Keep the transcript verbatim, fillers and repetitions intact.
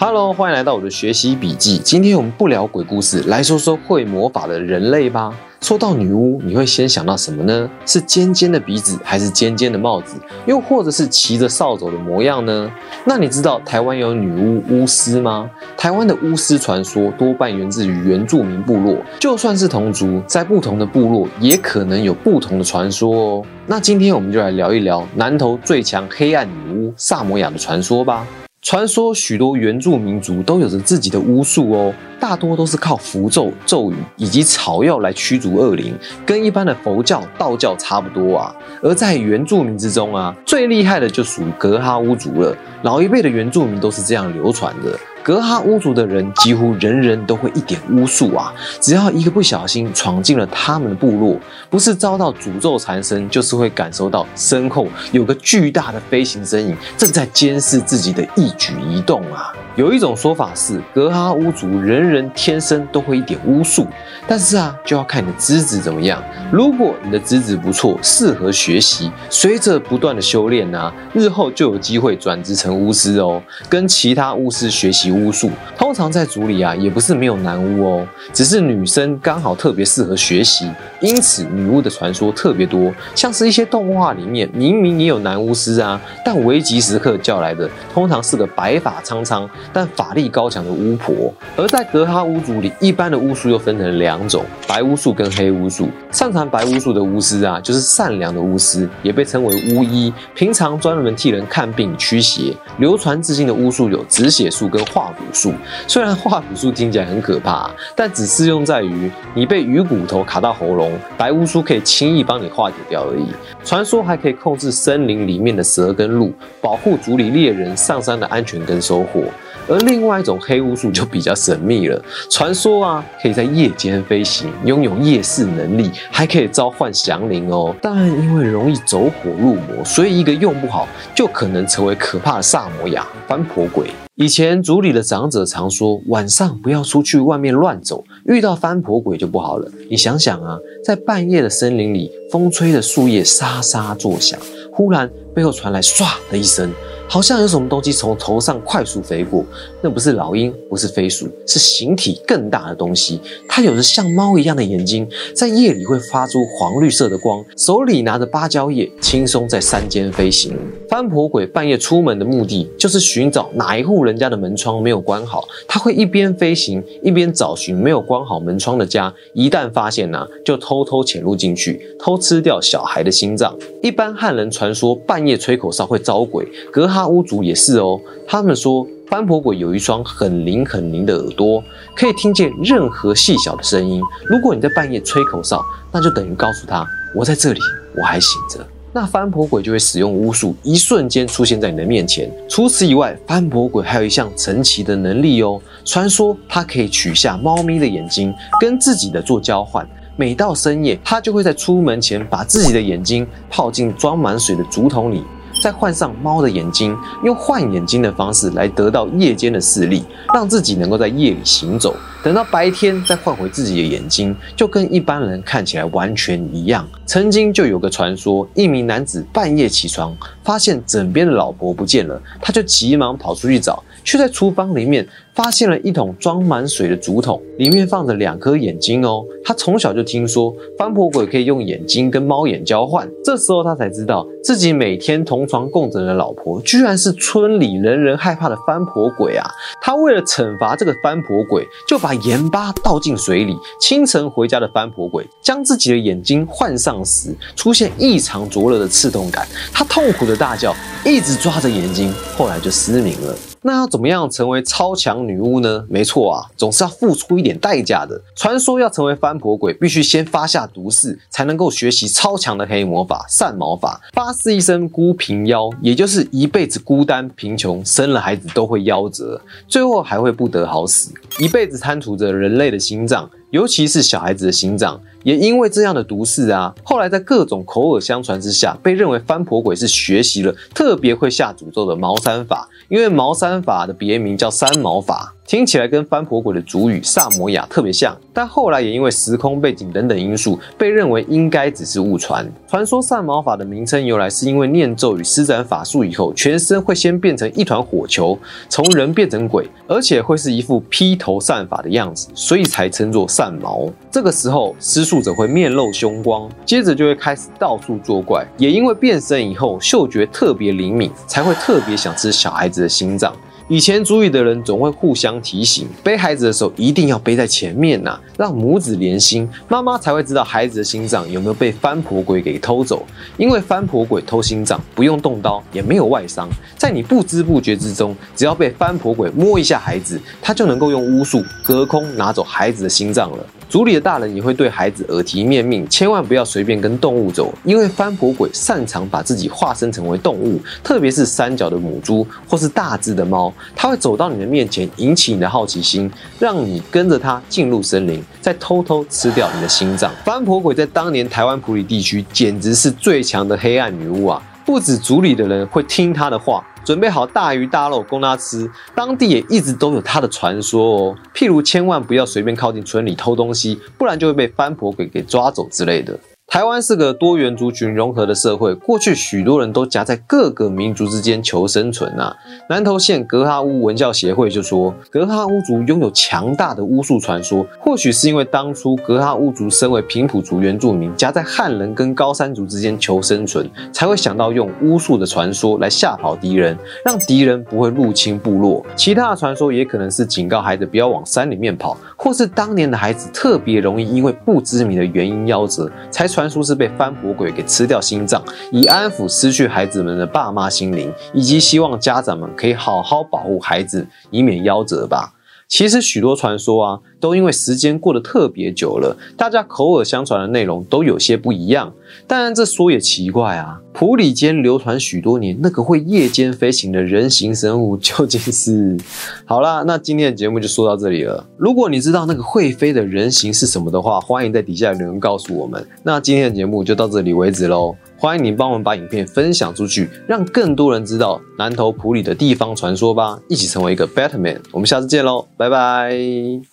Hello， 欢迎来到我的学习笔记。今天我们不聊鬼故事，来说说会魔法的人类吧。说到女巫，你会先想到什么呢？是尖尖的鼻子，还是尖尖的帽子，又或者是骑着扫帚的模样呢？那你知道台湾有女巫巫师吗？台湾的巫师传说多半源自于原住民部落，就算是同族，在不同的部落也可能有不同的传说哦。那今天我们就来聊一聊南投最强黑暗女巫萨摩亚的传说吧。传说许多原住民族都有着自己的巫术哦，大多都是靠符咒、咒语以及草药来驱逐恶灵，跟一般的佛教、道教差不多啊。而在原住民之中啊，最厉害的就属于格哈巫族了。老一辈的原住民都是这样流传的。格哈巫族的人几乎人人都会一点巫术啊，只要一个不小心闯进了他们的部落，不是遭到诅咒缠身，就是会感受到身后有个巨大的飞行身影正在监视自己的一举一动啊。有一种说法是，格哈巫族人人天生都会一点巫术，但是啊，就要看你的资质怎么样。如果你的资质不错，适合学习，随着不断的修炼啊，日后就有机会转职成巫师哦，跟其他巫师学习巫术。通常在族里啊，也不是没有男巫哦，只是女生刚好特别适合学习，因此女巫的传说特别多。像是一些动画里面明明也有男巫师啊，但危急时刻叫来的通常是个白发苍苍但法力高强的巫婆。而在格哈巫族里，一般的巫术又分成两种，白巫术跟黑巫术。擅长白巫术的巫师啊，就是善良的巫师，也被称为巫医，平常专门替人看病驱邪。流传至今的巫术有止血术跟化骨术。虽然化骨术听起来很可怕，但只适用在于你被鱼骨头卡到喉咙，白巫术可以轻易帮你化解掉而已。传说还可以控制森林里面的蛇跟鹿，保护族里猎人上山的安全跟收获。而另外一种黑巫术就比较神秘了，传说啊，可以在夜间飞行，拥有夜视能力，还可以召唤降灵哦。但因为容易走火入魔，所以一个用不好，就可能成为可怕的萨摩亚翻婆鬼。以前族里的长者常说，晚上不要出去外面乱走，遇到翻婆鬼就不好了。你想想啊，在半夜的森林里，风吹的树叶沙沙作响，忽然背后传来唰的一声，好像有什么东西从头上快速飞过。那不是老鹰，不是飞鼠，是形体更大的东西。它有着像猫一样的眼睛，在夜里会发出黄绿色的光，手里拿着芭蕉叶，轻松在山间飞行。翻婆鬼半夜出门的目的，就是寻找哪一户人家的门窗没有关好，它会一边飞行，一边找寻没有关好门窗的家，一旦发现啊，就偷偷潜入进去，偷吃掉小孩的心脏。一般汉人传说半夜吹口哨会招鬼，格哈巫族也是哦。他们说翻婆鬼有一双很灵很灵的耳朵，可以听见任何细小的声音。如果你在半夜吹口哨，那就等于告诉他，我在这里，我还醒着。那翻婆鬼就会使用巫术，一瞬间出现在你的面前。除此以外，翻婆鬼还有一项神奇的能力哦。传说它可以取下猫咪的眼睛，跟自己的做交换。每到深夜，它就会在出门前把自己的眼睛泡进装满水的竹筒里，再换上猫的眼睛，用换眼睛的方式来得到夜间的视力，让自己能够在夜里行走。等到白天再换回自己的眼睛，就跟一般人看起来完全一样。曾经就有个传说，一名男子半夜起床，发现枕边的老婆不见了，他就急忙跑出去找，却在厨房里面发现了一桶装满水的竹筒，里面放着两颗眼睛哦。他从小就听说翻婆鬼可以用眼睛跟猫眼交换，这时候他才知道自己每天同床共枕的老婆，居然是村里人人害怕的翻婆鬼啊！他为了惩罚这个翻婆鬼，就把盐巴倒进水里。清晨回家的翻婆鬼将自己的眼睛换上时，出现异常灼热的刺痛感，他痛苦的大叫，一直抓着眼睛，后来就失明了。那要怎么样成为超强女巫呢？没错啊，总是要付出一点代价的。传说要成为翻婆鬼，必须先发下毒誓，才能够学习超强的黑魔法善毛法。发誓一生孤贫夭，也就是一辈子孤单贫穷，生了孩子都会夭折，最后还会不得好死，一辈子贪图着人类的心脏，尤其是小孩子的心脏。也因为这样的毒誓啊，后来在各种口耳相传之下，被认为翻婆鬼是学习了特别会下诅咒的茅山法，因为茅山法的别名叫三毛法。 听起来跟翻婆鬼的主语萨摩亚特别像，但后来也因为时空背景等等因素，被认为应该只是误传。传说散毛法的名称由来是因为念咒语施展法术以后，全身会先变成一团火球，从人变成鬼，而且会是一副披头散发的样子，所以才称作散毛。这个时候施术者会面露凶光，接着就会开始到处作怪，也因为变身以后嗅觉特别灵敏，才会特别想吃小孩子的心脏。以前族语的人总会互相提醒，背孩子的时候一定要背在前面啊，让母子连心，妈妈才会知道孩子的心脏有没有被翻婆鬼给偷走。因为翻婆鬼偷心脏不用动刀，也没有外伤，在你不知不觉之中，只要被翻婆鬼摸一下孩子，他就能够用巫术隔空拿走孩子的心脏了。族里的大人也会对孩子耳提面命，千万不要随便跟动物走，因为翻婆鬼擅长把自己化身成为动物，特别是三脚的母猪或是大只的猫，它会走到你的面前，引起你的好奇心，让你跟着它进入森林，再偷偷吃掉你的心脏。翻婆鬼在当年台湾埔里地区简直是最强的黑暗女巫啊！不止族里的人会听她的话，准备好大鱼大肉供他吃，当地也一直都有他的传说哦。譬如千万不要随便靠近村里偷东西，不然就会被翻婆鬼给抓走之类的。台湾是个多元族群融合的社会，过去许多人都夹在各个民族之间求生存啊。南投县格哈巫文教协会就说，格哈巫族拥有强大的巫术传说，或许是因为当初格哈巫族身为平埔族原住民，夹在汉人跟高山族之间求生存，才会想到用巫术的传说来吓跑敌人，让敌人不会入侵部落。其他的传说也可能是警告孩子不要往山里面跑，或是当年的孩子特别容易因为不知名的原因夭折，才传说是被翻婆鬼给吃掉心脏，以安抚失去孩子们的爸妈心灵，以及希望家长们可以好好保护孩子，以免夭折吧。其实许多传说啊，都因为时间过得特别久了，大家口耳相传的内容都有些不一样。当然这说也奇怪啊，埔里间流传许多年，那个会夜间飞行的人形生物究竟是……好啦，那今天的节目就说到这里了。如果你知道那个会飞的人形是什么的话，欢迎在底下留言告诉我们。那今天的节目就到这里为止咯，欢迎你帮我们把影片分享出去，让更多人知道南投埔里的地方传说吧，一起成为一个 Better Man。我们下次见咯，拜拜。